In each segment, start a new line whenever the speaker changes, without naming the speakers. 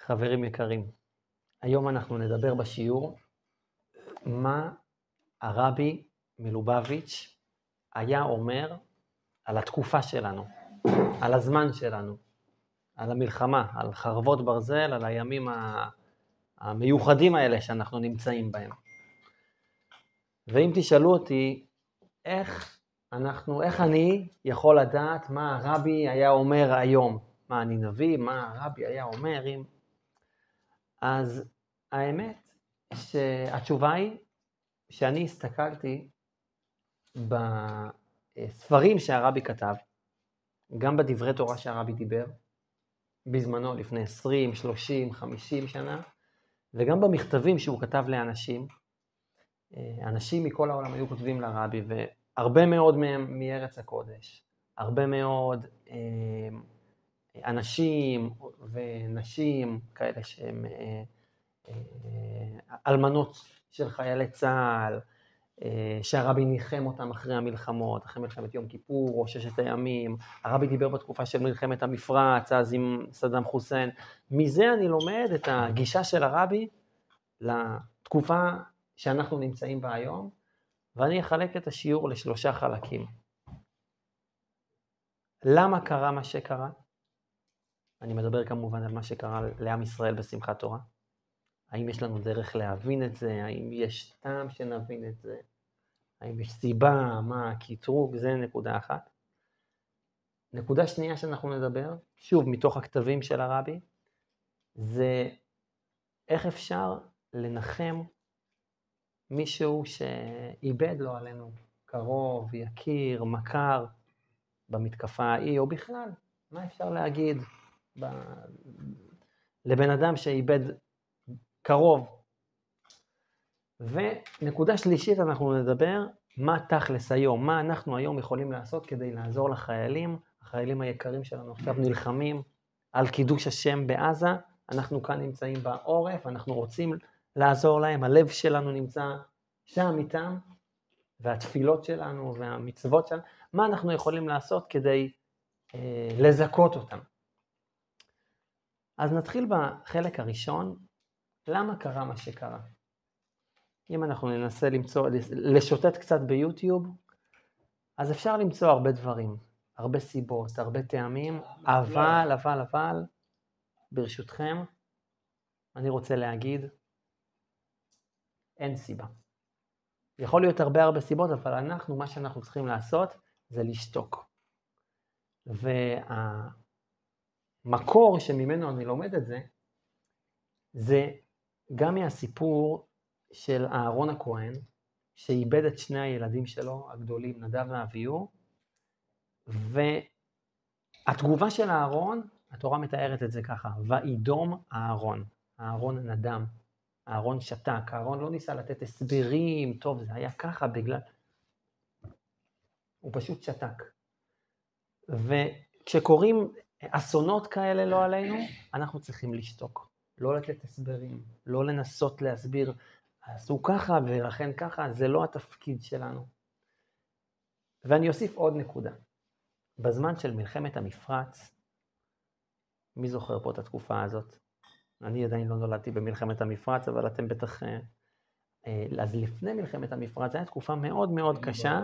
חברים יקרים, היום אנחנו נדבר בשיעור מה הרבי מלובביץ' היה אומר על התקופה שלנו, על הזמן שלנו, על המלחמה, על חרבות ברזל, על הימים המיוחדים האלה שאנחנו נמצאים בהם. ואם תשאלו אותי איך אני יכול לדעת מה הרבי היה אומר היום, מה אני נביא, מה הרבי היה אומר, אז האמת שהתשובה היא שאני הסתכלתי בספרים שהרבי כתב, גם בדברי תורה שהרבי דיבר, בזמנו לפני 20, 30, 50 שנה, וגם במכתבים שהוא כתב לאנשים. אנשים מכל העולם היו כותבים לרבי, והרבה מאוד מהם מארץ הקודש, הרבה מאוד אנשים ונשים כאלה שהם אלמנות של חיילי צה"ל, שהרבי ניחם אותם אחרי המלחמות, אחרי מלחמת יום כיפור או ששת הימים. הרבי דיבר בתקופה של מלחמת המפרץ, אז עם סדאם חוסיין. מזה אני לומד את הגישה של הרבי לתקופה שאנחנו נמצאים בה היום, ואני אחלק את השיעור לשלושה חלקים. למה קרה מה שקרה? אני מדבר כמובן על מה שקרה לעם ישראל בשמחת תורה. האם יש לנו דרך להבין את זה? האם יש טעם שנבין את זה? האם יש סיבה? מה הקטרוג? זה נקודה אחת. נקודה שנייה שאנחנו נדבר, שוב מתוך הכתבים של הרבי, זה איך אפשר לנחם מישהו שאיבד לו עלינו קרוב, יכיר, מכר במתקפה ההיא, או בכלל, מה אפשר להגיד לבן אדם שאיבד קרוב. ונקודה שלישית אנחנו נדבר מה תכלס היום, מה אנחנו היום יכולים לעשות כדי לעזור לחיילים, החיילים היקרים שלנו עכשיו נלחמים על קידוש השם בעזה, אנחנו כאן נמצאים בעורף, אנחנו רוצים לעזור להם, הלב שלנו נמצא שם איתם, והתפילות שלנו והמצוות שלנו, מה אנחנו יכולים לעשות כדי לזכות אותם. אז נתחיל בחלק הראשון, למה קרה מה שקרה? אם אנחנו ננסה לשוטט קצת ביוטיוב, אז אפשר למצוא הרבה דברים, הרבה סיבות, הרבה טעמים, אבל, ברשותכם, אני רוצה להגיד, אין סיבה. יכול להיות הרבה סיבות, אבל מה שאנחנו צריכים לעשות, זה לשתוק. והמקור שממנו אני לומד את זה גם מהסיפור של אהרון הכהן, שאיבד את שני הילדים שלו, הגדולים, נדב ואביהו, והתגובה של אהרון, התורה מתארת את זה ככה, וידום אהרון, אהרון נדם, אהרון שתק, אהרון לא ניסה לתת הסברים, טוב זה היה ככה בגלל, הוא פשוט שתק. וכשקוראים אסונות כאלה לא עלינו, אנחנו צריכים לשתוק, לא לתת הסברים, לא לנסות להסביר, עשו ככה ולכן ככה, זה לא התפקיד שלנו. ואני אוסיף עוד נקודה. בזמן של מלחמת המפרץ, מי זוכר פה את התקופה הזאת? אני עדיין לא נולדתי במלחמת המפרץ, אבל אתם בטח... אז לפני מלחמת המפרץ, זו הייתה תקופה מאוד מאוד קשה.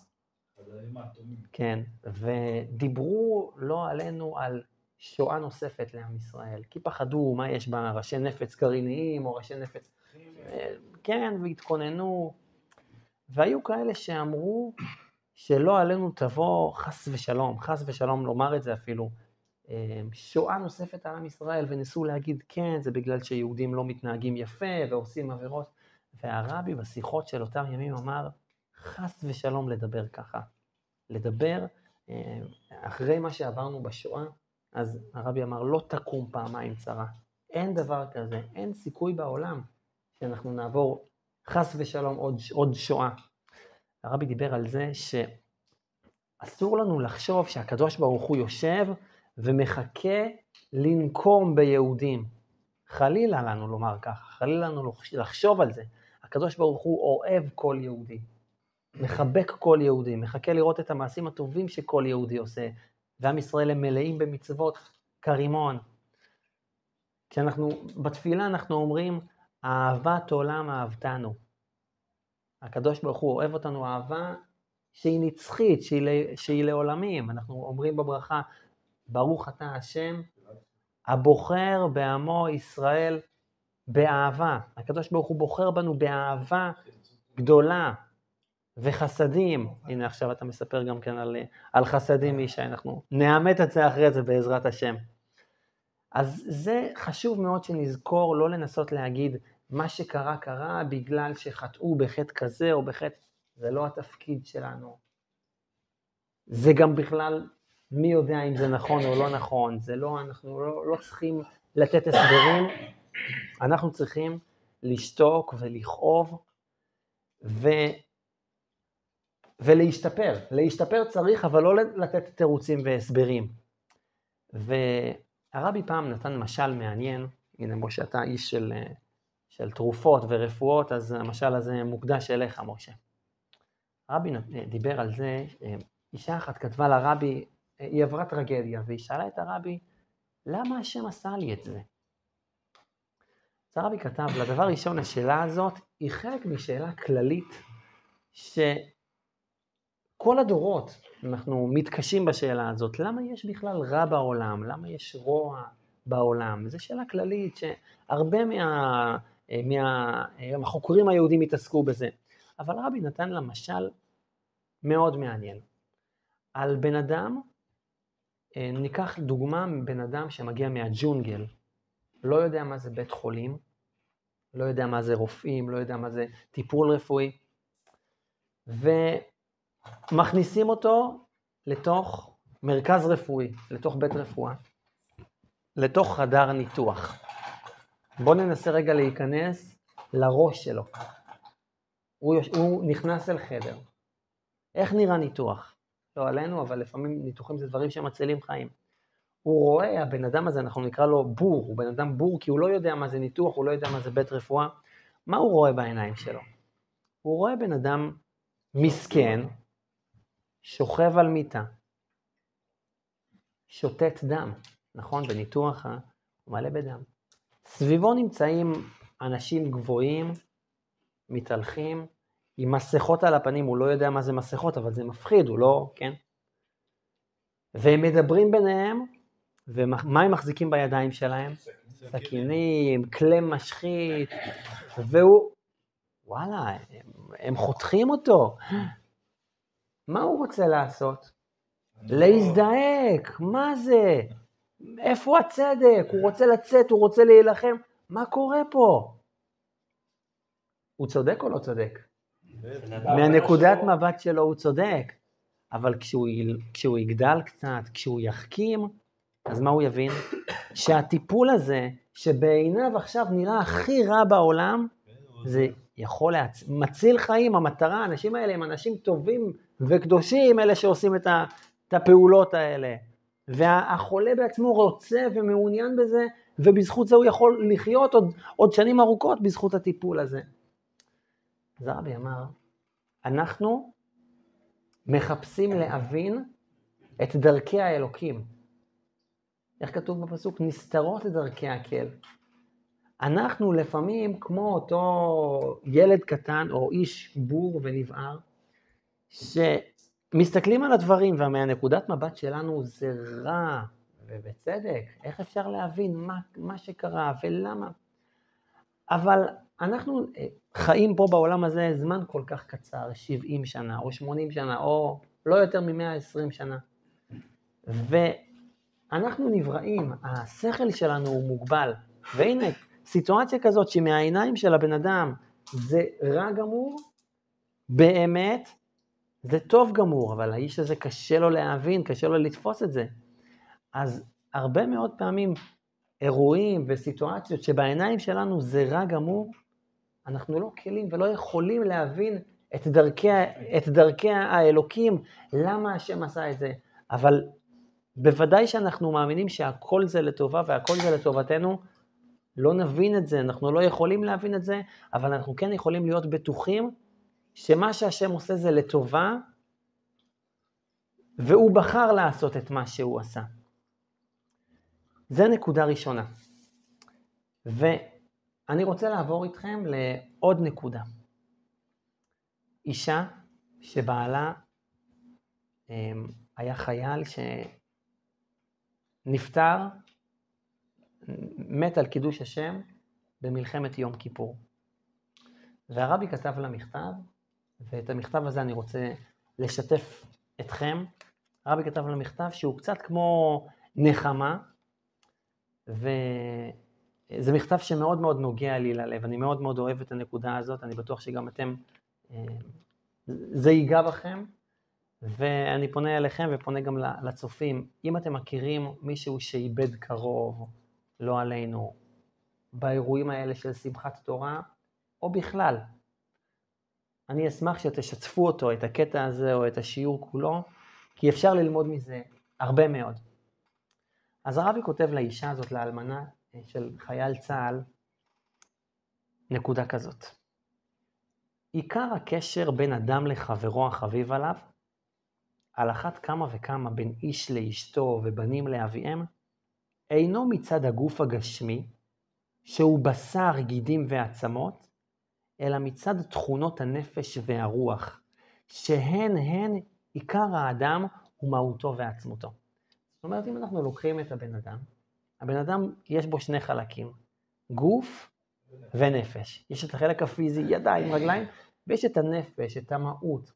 כן, ודיברו לא עלינו על שואה נוספת לעם ישראל, כי פחדו מה יש בה, ראשי נפץ גרעיניים או ראשי נפץ... כן, והתכוננו, והיו כאלה שאמרו שלא עלינו תבוא חס ושלום לומר את זה אפילו, שואה נוספת על עם ישראל, וניסו להגיד כן, זה בגלל שיהודים לא מתנהגים יפה ועושים עבירות, והרבי בשיחות של אותם ימים אמר, חס ושלום לדבר ככה, לדבר אחרי מה שעברנו בשואה, אז הרבי אמר לא תקום פעמיים צרה, אין דבר כזה, אין סיכוי בעולם שאנחנו נעבור חס ושלום עוד שואה. הרבי דיבר על זה שאסור לנו לחשוב שהקדוש ברוך הוא יושב ומחכה לנקום ביהודים. חלילה לנו לומר כך, חלילה לנו לחשוב על זה. הקדוש ברוך הוא אוהב כל יהודי, מחבק כל יהודי, מחכה לראות את המעשים הטובים שכל יהודי עושה, ועם ישראל הם מלאים במצוות כרימון. כשאנחנו, בתפילה אנחנו אומרים, אהבת עולם אהבתנו. הקדוש ברוך הוא אוהב אותנו אהבה שהיא נצחית, שהיא לעולמים. אנחנו אומרים בברכה, ברוך אתה השם, הבוחר בעמו ישראל באהבה. הקדוש ברוך הוא בוחר בנו באהבה גדולה וחסדים. הנה עכשיו אתה מספר גם כן על חסדים מישי, אנחנו נאמת את זה אחרי זה בעזרת השם. אז זה חשוב מאוד שנזכור לא לנסות להגיד מה שקרה קרה בגלל שחטאו בחטא כזה או בחטא, זה לא התפקיד שלנו. זה גם בכלל מי יודע אם זה נכון או לא נכון, זה לא, אנחנו לא צריכים לתת הסברים, אנחנו צריכים לשתוק ולכאוב ולהשתפר. להשתפר צריך, אבל לא לתת תירוצים והסברים. והרבי פעם נתן משל מעניין, הנה משה, אתה איש של תרופות ורפואות, אז המשל הזה מוקדש אליך, משה. הרבי דיבר על זה, אישה אחת כתבה לרבי, היא עברה טרגדיה, והיא שאלה את הרבי, למה השם עשה לי את זה? אז הרבי כתב, לדבר ראשון, השאלה הזאת היא חלק משאלה כללית, שכל הדורות אנחנו מתקשים בשאלה הזאת, למה יש בכלל רע בעולם? למה יש רוע בעולם? זו שאלה כללית שהרבה מהחוקרים היהודים התעסקו בזה. אבל הרבי נתן לה משל מאוד מעניין. על בן אדם, ניקח דוגמה מבן אדם שמגיע מהג'ונגל, לא יודע מה זה בית חולים, לא יודע מה זה רופאים, לא יודע מה זה טיפול רפואי, ומכניסים אותו לתוך מרכז רפואי, לתוך בית רפואה, לתוך חדר ניתוח. בואו ננסה רגע להיכנס לראש שלו. הוא נכנס אל חדר. איך נראה ניתוח? לא עלינו, אבל לפעמים ניתוחים זה דברים שמצילים חיים. הוא רואה, הבן אדם הזה, אנחנו נקרא לו בור, הוא בן אדם בור, כי הוא לא יודע מה זה ניתוח, הוא לא יודע מה זה בית רפואה. מה הוא רואה בעיניים שלו? הוא רואה בן אדם מסכן, שוכב על מיטה, שותת דם, נכון? בניתוח הוא מלא בדם. סביבו נמצאים אנשים גבוהים, מתהלכים, עם מסכות על הפנים, הוא לא יודע מה זה מסכות, אבל זה מפחיד, הוא לא, כן? והם מדברים ביניהם, ומה הם מחזיקים בידיים שלהם? סכינים, כלי משחית, והוא, וואלה, הם חותכים אותו. מה הוא רוצה לעשות? להזדעק, מה זה? איפה הצדק? הוא רוצה לצאת, הוא רוצה להילחם. מה קורה פה? הוא צודק או לא צודק? מהנקודת מבט שלו הוא צודק, אבל כשהוא יגדל קצת, כשהוא יחכים, אז מה הוא יבין? שהטיפול הזה, שבעיניו עכשיו נראה הכי רע בעולם, זה יכול מציל חיים. המטרה, האנשים האלה הם אנשים טובים וקדושים, אלה שעושים את הפעולות האלה. והחולה בעצמו רוצה ומעוניין בזה, ובזכות זה הוא יכול לחיות עוד שנים ארוכות בזכות הטיפול הזה. אז הרבי אמר, אנחנו מחפשים להבין את דרכי האלוקים. איך כתוב בפסוק? נסתרות לדרכי הקל. אנחנו לפעמים כמו אותו ילד קטן או איש בור ונבער, שמסתכלים על הדברים ומהנקודת מבט שלנו זה רע ובצדק. איך אפשר להבין מה שקרה ולמה? אבל אנחנו חיים פה בעולם הזה זמן כל כך קצר, 70 שנה או 80 שנה או לא יותר מ-120 שנה. ואנחנו נבראים, השכל שלנו הוא מוגבל. והנה, סיטואציה כזאת שמהעיניים של הבן אדם זה רע גמור, באמת זה טוב גמור, אבל האיש הזה קשה לו להבין, קשה לו לתפוס את זה. אז הרבה מאוד פעמים אירועים וסיטואציות שבעיניים שלנו זה רע גמור, אנחנו לא כלים ולא יכולים להבין את דרכי האלוקים, למה השם עשה את זה. אבל בוודאי שאנחנו מאמינים שהכל זה לטובה והכל זה לטובתנו, לא נבין את זה, אנחנו לא יכולים להבין את זה, אבל אנחנו כן יכולים להיות בטוחים שמה שהשם עושה זה לטובה, והוא בחר לעשות את מה שהוא עשה. זה נקודה ראשונה. ואני רוצה לעבור איתכם לעוד נקודה. אישה שבעלה היה חייל שנפטר, מת על קידוש השם במלחמת יום כיפור. והרבי כתב לה מכתב, ואת המכתב הזה אני רוצה לשתף אתכם. הרבי כתב לה מכתב שהוא קצת כמו נחמה, וזה מכתב שמאוד מאוד נוגע לי ללב. אני מאוד מאוד אוהב את הנקודה הזאת, אני בטוח שגם אתם, זה ייגע בכם, ואני פונה אליכם ופונה גם לצופים. אם אתם מכירים מישהו שאיבד קרוב, לא עלינו, באירועים האלה של שמחת תורה, או בכלל, אני אשמח שתשתפו אותו, את הקטע הזה או את השיעור כולו, כי אפשר ללמוד מזה הרבה מאוד. אז הרבי כותב לאישה הזאת, לאלמנה של חייל צה"ל, נקודה כזאת. עיקר הקשר בין אדם לחברו החביב עליו, על אחת כמה וכמה בין איש לאשתו ובנים לאביהם, אינו מצד הגוף הגשמי, שהוא בשר, גידים ועצמות, אלא מצד תכונות הנפש והרוח, שהן עיקר האדם ומהותו ועצמותו. זאת אומרת, אם אנחנו לוקחים את הבן אדם יש בו שני חלקים, גוף ונפש. יש את החלק הפיזי, ידיים, רגליים, ויש את הנפש, את המהות.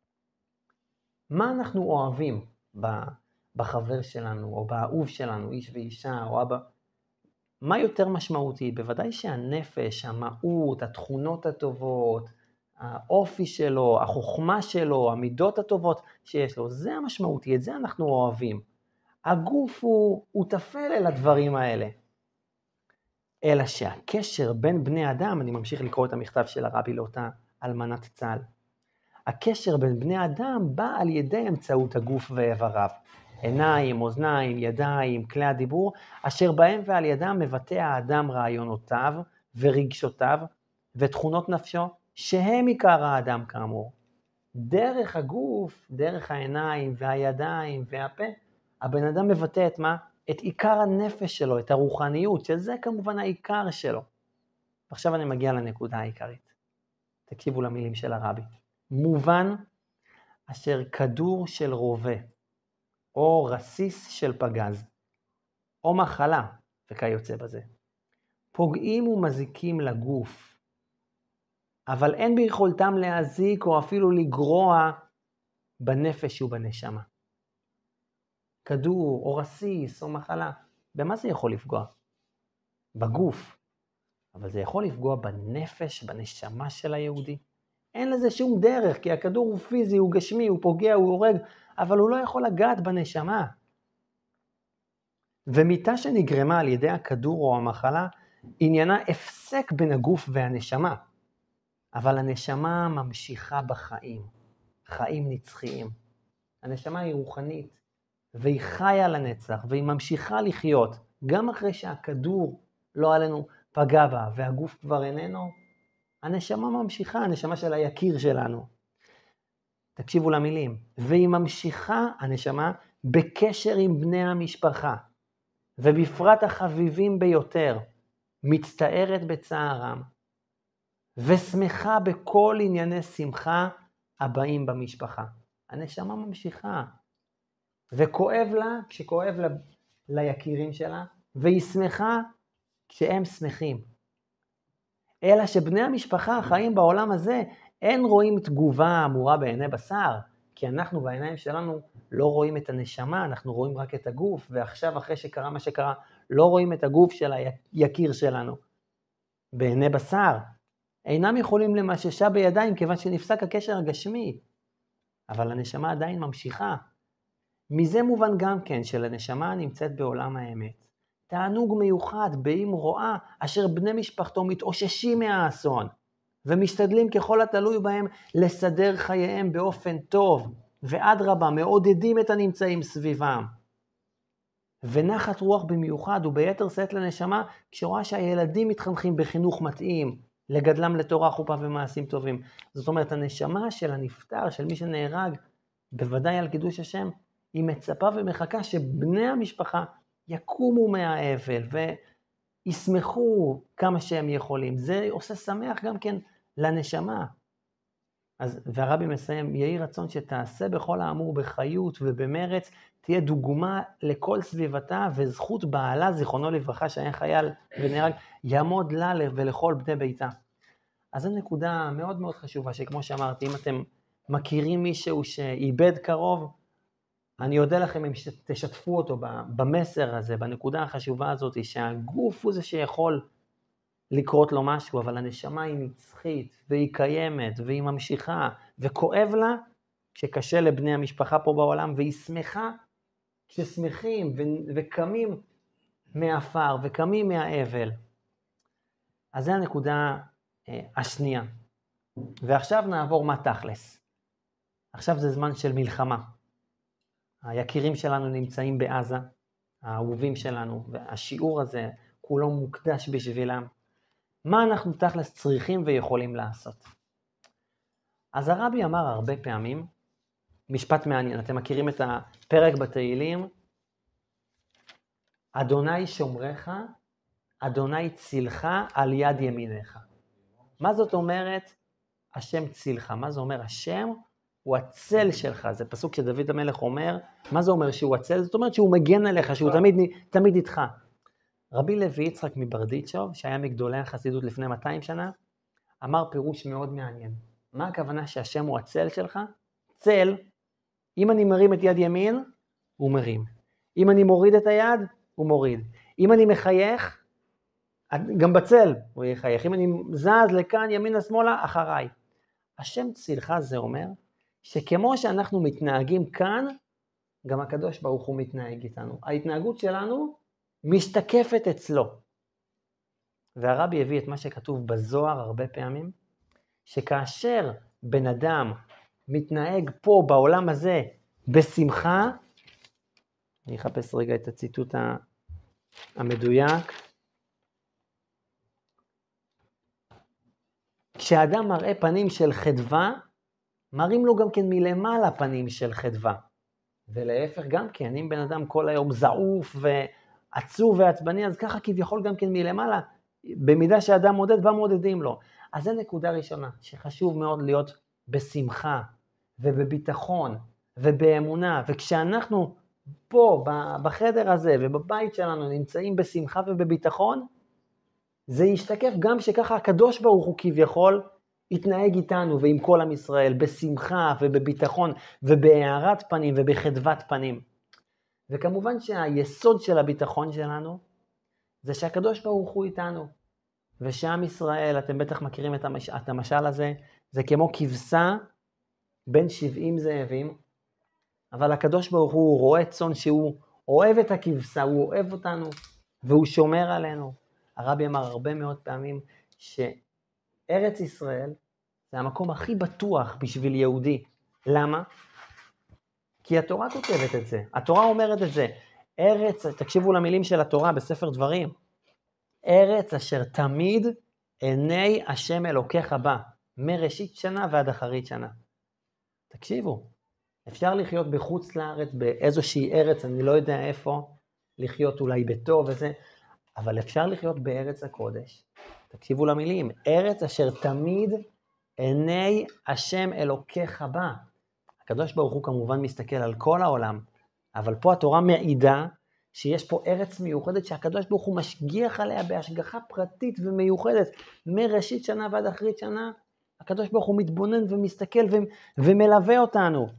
מה אנחנו אוהבים בחבר שלנו, או באהוב שלנו, איש ואישה, או אבא? מה יותר משמעותי? בוודאי שהנפש, המהות, התכונות הטובות, האופי שלו, החוכמה שלו, המידות הטובות שיש לו, זה המשמעותי, את זה אנחנו אוהבים. הגוף הוא תפל אל הדברים האלה. אלא שהקשר בין בני אדם, אני ממשיך לקרוא את המכתב של הרבי לאותה אלמנת צה"ל, הקשר בין בני אדם בא על ידי אמצעות הגוף ואיבריו, עיניים, אוזניים, ידיים, כלי הדיבור, אשר בהם ועל ידם מבטא האדם רעיונותיו ורגשותיו ותכונות נפשו, שהם עיקר האדם כאמור. דרך הגוף, דרך העיניים והידיים והפה, הבן אדם מבטא את מה? את עיקר הנפש שלו, את הרוחניות, שזה כמובן העיקר שלו. עכשיו אני מגיע לנקודה העיקרית. תקשיבו למילים של הרבי. מובן אשר כדור של רובה, או רסיס של פגז, או מחלה, וכיוצא בזה, פוגעים ומזיקים לגוף, אבל אין ביכולתם להזיק או אפילו לגרוע בנפש ובנשמה. כדור או רסיס או מחלה, במה זה יכול לפגוע? בגוף, אבל זה יכול לפגוע בנפש, בנשמה של היהודי. אין לזה שום דרך, כי הכדור הוא פיזי, הוא גשמי, הוא פוגע, הוא הורג, אבל הוא לא יכול לגעת בנשמה. ומיתה שנגרמה על ידי הכדור או המחלה, עניינה הפסק בין הגוף והנשמה. אבל הנשמה ממשיכה בחיים, חיים נצחיים. הנשמה היא רוחנית, והיא חיה לנצח, והיא ממשיכה לחיות, גם אחרי שהכדור לא עלינו פגע בה, והגוף כבר איננו, הנשמה ממשיכה, הנשמה של היקיר שלנו. תקשיבו למילים. והיא ממשיכה, הנשמה, בקשר עם בני המשפחה, ובפרט החביבים ביותר, מצטערת בצערם, ושמחה בכל ענייני שמחה הבאים במשפחה. הנשמה ממשיכה, וכואב לה כשכואב ליקירים שלה, והיא שמחה כשהם שמחים. אלא שבני המשפחה החיים בעולם הזה, אין רואים תגובה אמורה בעיני בשר, כי אנחנו בעיניים שלנו לא רואים את הנשמה, אנחנו רואים רק את הגוף, ועכשיו אחרי שקרה מה שקרה, לא רואים את הגוף של היקיר שלנו. בעיני בשר, אינם יכולים למששה בידיים, כיוון שנפסק הקשר הגשמי, אבל הנשמה עדיין ממשיכה. מזה מובן גם כן שלנשמה נמצאת בעולם האמת. תענוג מיוחד באם רואה אשר בני משפחתו מתאוששים מהאסון, ומשתדלים ככל התלוי בהם לסדר חייהם באופן טוב, ואדרבה מעודדים את הנמצאים סביבם. ונחת רוח במיוחד וביתר שאת לנשמה כשרואה שהילדים מתחנכים בחינוך מתאים, לגדלם לתורה חופה ומעשים טובים. זאת אומרת, הנשמה של הנפטר, של מי שנהרג, בוודאי על קידוש השם, היא מצפה ומחכה שבני המשפחה יקומו מהאבל ישמחו כמה שהם יכולים. זה עושה שמח גם כן לנשמה. והרבי מסיים, יהי רצון שתעשה בכל האמור בחיות ובמרץ, תהיה דוגמה לכל סביבתה, וזכות בעלה, זיכרונו לברכה, שהיה חייל ונהרג, יעמוד לה ולכל בני ביתה. אז זו נקודה מאוד מאוד חשובה, שכמו שאמרתי, אם אתם מכירים מישהו שאיבד קרוב, אני אודה לכם אם תשתפו אותו במסר הזה, בנקודה החשובה הזאת, שהגוף הוא זה שיכול לקרות לו משהו, אבל הנשמה היא נצחית, והיא קיימת, והיא ממשיכה, וכואב לה כשקשה לבני המשפחה פה בעולם, והיא שמחה כששמחים וקמים מהאפר, וקמים מהאבל. אז זו הנקודה השנייה. ועכשיו נעבור מה תכלס. עכשיו זה זמן של מלחמה. היקירים שלנו נמצאים בעזה, האהובים שלנו, והשיעור הזה כולו מוקדש בשבילם. מה אנחנו תכלס צריכים ויכולים לעשות? אז הרבי אמר הרבה פעמים, משפט מעניין, אתם מכירים את הפרק בתהילים, אדוני שומרך, אדוני צילך על יד ימיניך. מה זאת אומרת השם צילך? מה זה אומר? השם הוא הצל שלך. זה פסוק שדוד המלך אומר, מה זה אומר שהוא הצל? זאת אומרת שהוא מגן עליך, שהוא תמיד איתך. רבי לוי יצחק מברדיצ'וב, שהיה מגדולי החסידות לפני 200 שנה, אמר פירוש מאוד מעניין. מה הכוונה שהשם הוא הצל שלך? צל, אם אני מרים את יד ימין, הוא מרים. אם אני מוריד את היד, הוא מוריד. אם אני מחייך, גם בצל הוא יחייך. אם אני זז לכאן, ימינה, שמאלה, אחריי. השם צילך זה אומר, שכמו שאנחנו מתנהגים כאן, גם הקדוש ברוך הוא מתנהג איתנו. ההתנהגות שלנו משתקפת אצלו. והרבי הביא את מה שכתוב בזוהר הרבה פעמים, שכאשר בן אדם מתנהג פה בעולם הזה בשמחה, אני אחפש רגע את הציטוט המדויק, כשאדם מראה פנים של חדווה, מראים לו גם כן מלמעלה פנים של חדווה. ולהפך גם כן, אם בן אדם כל היום זעוף ועצוב ועצבני, אז ככה כביכול גם כן מלמעלה, במידה שאדם מודד, במודדים לו. אז זו נקודה ראשונה, שחשוב מאוד להיות בשמחה ובביטחון ובאמונה, וכשאנחנו פה בחדר הזה ובבית שלנו נמצאים בשמחה ובביטחון, זה ישתקף גם שככה הקדוש ברוך הוא כביכול יתנהג איתנו ועם כל עם ישראל בשמחה ובביטחון ובהארת פנים ובחדוות פנים. וכמובן שהיסוד של הביטחון שלנו זה שהקדוש ברוך הוא איתנו. ושעם ישראל, אתם בטח מכירים את המשל הזה, זה כמו כבשה בין 70 זאבים, אבל הקדוש ברוך הוא רואה צאן שהוא אוהב את הכבשה, הוא אוהב אותנו והוא שומר עלינו. הרבי אמר הרבה מאוד פעמים שארץ ישראל זה המקום הכי בטוח בשביל יהודי. למה? כי התורה כותבת את זה. התורה אומרת את זה. ארץ, תקשיבו למילים של התורה בספר דברים. ארץ אשר תמיד עיני השם אלוקיך בה, מראשית שנה ועד אחרית שנה. תקשיבו, אפשר לחיות בחוץ לארץ, באיזושהי ארץ, אני לא יודע איפה, לחיות אולי בטוב וזה, אבל אפשר לחיות בארץ הקודש. תקשיבו למילים, ארץ אשר תמיד עיני השם אלוקיך בה. הקדוש ברוך הוא כמובן מסתכל על כל העולם, אבל פה התורה מעידה שיש פה ארץ מיוחדת שהקדוש ברוך הוא משגיח עליה בהשגחה פרטית ומיוחדת. מראשית שנה ועד אחרית שנה, הקדוש ברוך הוא מתבונן ומסתכל ומלווה אותנו.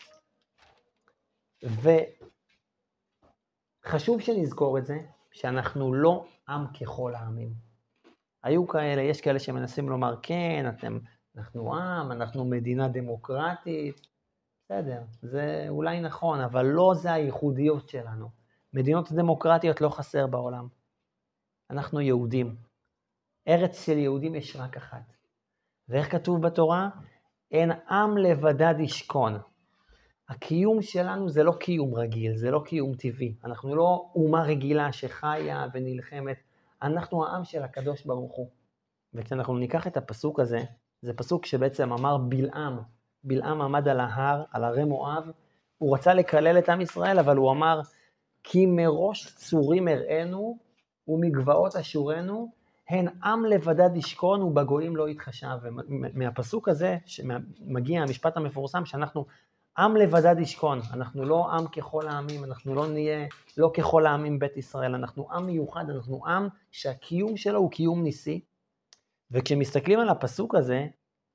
וחשוב שנזכור את זה, שאנחנו לא עם ככל העמים. היו כאלה, יש כאלה שמנסים לומר, כן, אנחנו עם, אנחנו מדינה דמוקרטית. בסדר, זה אולי נכון, אבל לא זה הייחודיות שלנו. מדינות דמוקרטיות לא חסר בעולם. אנחנו יהודים. ארץ של יהודים יש רק אחת. ואיך כתוב בתורה? אין עם לבדד ישכון. הקיום שלנו זה לא קיום רגיל, זה לא קיום טבעי. אנחנו לא אומה רגילה שחיה ונלחמת. אנחנו העם של הקדוש ברוך הוא. וכשאנחנו ניקח את הפסוק הזה, זה פסוק שבעצם אמר בלעם. בלעם עמד על ההר, על הרי מואב. הוא רצה לקלל את עם ישראל, אבל הוא אמר, כי מראש צורים הראינו, ומגבעות אשורנו, הן עם לבדד ישכון ובגויים לא יתחשב. ומהפסוק הזה מגיע המשפט המפורסם שאנחנו עם לבדד ישכון, אנחנו לא עם ככל העמים, אנחנו לא נהיה לא ככל העמים בית ישראל, אנחנו עם מיוחד, אנחנו עם שהקיום שלו הוא קיום ניסי. וכשמסתכלים על הפסוק הזה,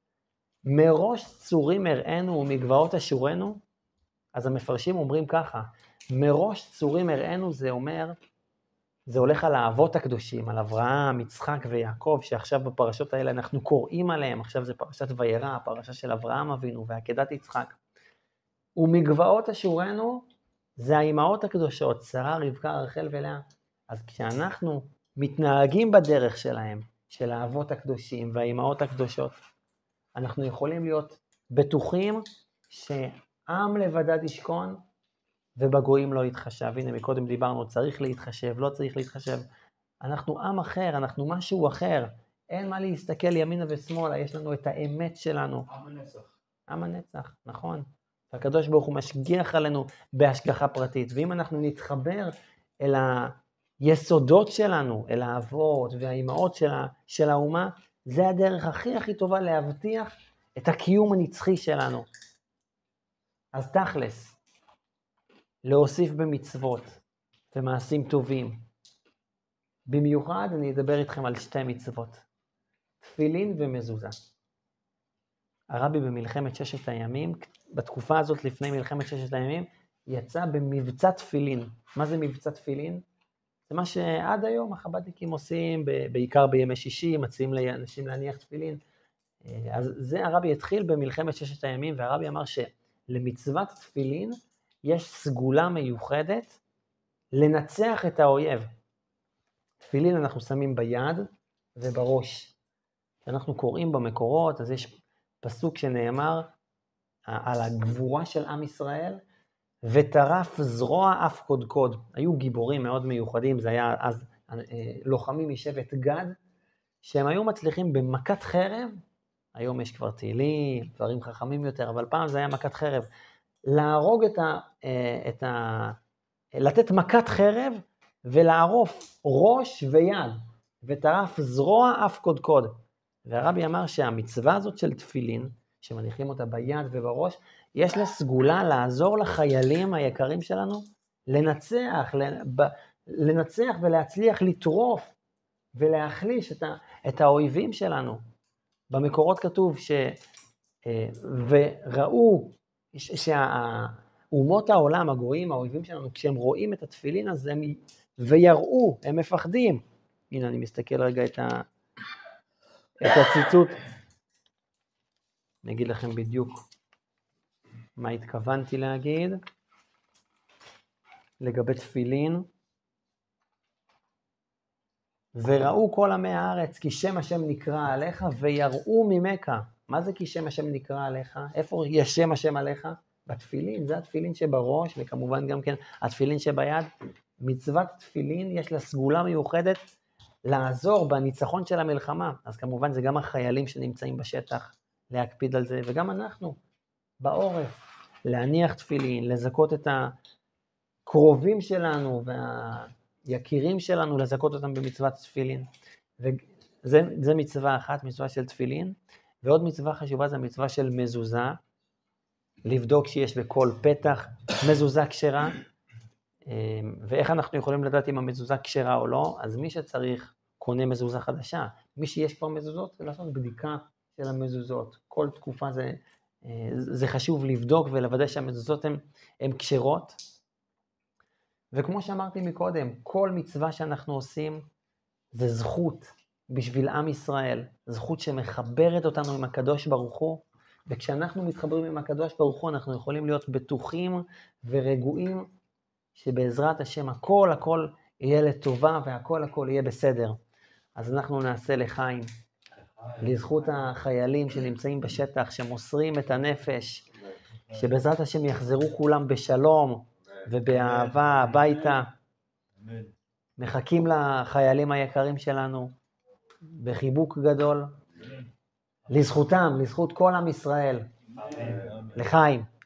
מראש צורים הראינו ומגבעות אשורנו, אז המפרשים אומרים ככה, מראש צורים הראינו זה אומר, זה הולך על האבות הקדושים, על אברהם, יצחק ויעקב, שעכשיו בפרשות האלה אנחנו קוראים עליהם, עכשיו זה פרשת וירא, הפרשה של אברהם אבינו ועקדת יצחק. ומגבעות אשורנו זה האימהות הקדושות, שרה, רבקה, רחל ולאה. אז כשאנחנו מתנהגים בדרך שלהם, של האבות הקדושים והאימהות הקדושות, אנחנו יכולים להיות בטוחים שעם לבדד ישכון ובגויים לא יתחשב. הנה מקודם דיברנו, צריך להתחשב, לא צריך להתחשב. אנחנו עם אחר, אנחנו משהו אחר. אין מה להסתכל ימינה ושמאלה, יש לנו את האמת שלנו.
עם הנצח.
עם הנצח, נכון. והקדוש ברוך הוא משגיח עלינו בהשגחה פרטית. ואם אנחנו נתחבר אל היסודות שלנו, אל האבות והאימהות של האומה, זה הדרך הכי טובה להבטיח את הקיום הנצחי שלנו. אז תכלס, להוסיף במצוות ומעשים טובים. במיוחד אני אדבר איתכם על שתי מצוות, תפילין ומזוזה. הרבי במלחמת ששת הימים, בתקופה הזאת לפני מלחמת ששת הימים, יצא במבצע תפילין. מה זה מבצע תפילין? זה מה שעד היום החב"דניקים עושים, בעיקר בימי שישי, מציעים לאנשים להניח תפילין. אז זה הרבי התחיל במלחמת ששת הימים, והרבי אמר שלמצוות תפילין יש סגולה מיוחדת לנצח את האויב. תפילין אנחנו שמים ביד ובראש. כשאנחנו קוראים במקורות, אז יש פסוק שנאמר על הגבורה של עם ישראל, וטרף זרוע אף קודקוד. היו גיבורים מאוד מיוחדים, זה היה אז לוחמים משבט גד, שהם היו מצליחים במכת חרב, היום יש כבר תהילים, דברים חכמים יותר, אבל פעם זה היה מכת חרב, להרוג לתת מכת חרב ולערוף ראש ויד, וטרף זרוע אף קודקוד. והרבי אמר שהמצווה הזאת של תפילין, שמניחים אותה ביד ובראש, יש לה סגולה לעזור לחיילים היקרים שלנו לנצח ולהצליח לטרוף ולהחליש את האויבים שלנו. במקורות כתוב וראו שהאומות העולם, הגויים, האויבים שלנו, כשהם רואים את התפילין הזה ויראו, הם מפחדים. הנה אני מסתכל רגע את הציטוט. אני אגיד לכם בדיוק מה התכוונתי להגיד לגבי תפילין. וראו כל עמי הארץ כי שם השם נקרא עליך ויראו ממך. מה זה כי שם השם נקרא עליך? איפה יש שם השם עליך? בתפילין, זה התפילין שבראש, וכמובן גם כן התפילין שביד. מצוות תפילין יש לה סגולה מיוחדת לעזור בניצחון של המלחמה. אז כמובן זה גם החיילים שנמצאים בשטח, להקפיד על זה, וגם אנחנו בעורף, להניח תפילין, לזכות את הקרובים שלנו והיקירים שלנו, לזכות אותם במצוות תפילין. וזה מצווה אחת, מצווה של תפילין, ועוד מצווה חשובה זה מצווה של מזוזה, לבדוק שיש בכל פתח מזוזה כשרה, ואיך אנחנו יכולים לדעת אם המזוזה כשרה או לא? אז מי שצריך קונה מזוזה חדשה, מי שיש כבר מזוזות זה לעשות בדיקה של המזוזות, כל תקופה זה חשוב לבדוק ולוודא שהמזוזות הן כשרות. וכמו שאמרתי מקודם, כל מצווה שאנחנו עושים זה זכות בשביל עם ישראל, זכות שמחברת אותנו עם הקדוש ברוך הוא, וכשאנחנו מתחברים עם הקדוש ברוך הוא אנחנו יכולים להיות בטוחים ורגועים שבעזרת השם הכל יהיה לטובה והכל יהיה בסדר. אז אנחנו נעשה לחיים, לזכות החיילים שנמצאים בשטח, שמוסרים את הנפש, שבעזרת השם יחזרו כולם בשלום ובאהבה הביתה. מחכים לחיילים היקרים שלנו בחיבוק גדול, לזכותם, לזכות כל עם ישראל. לחיים.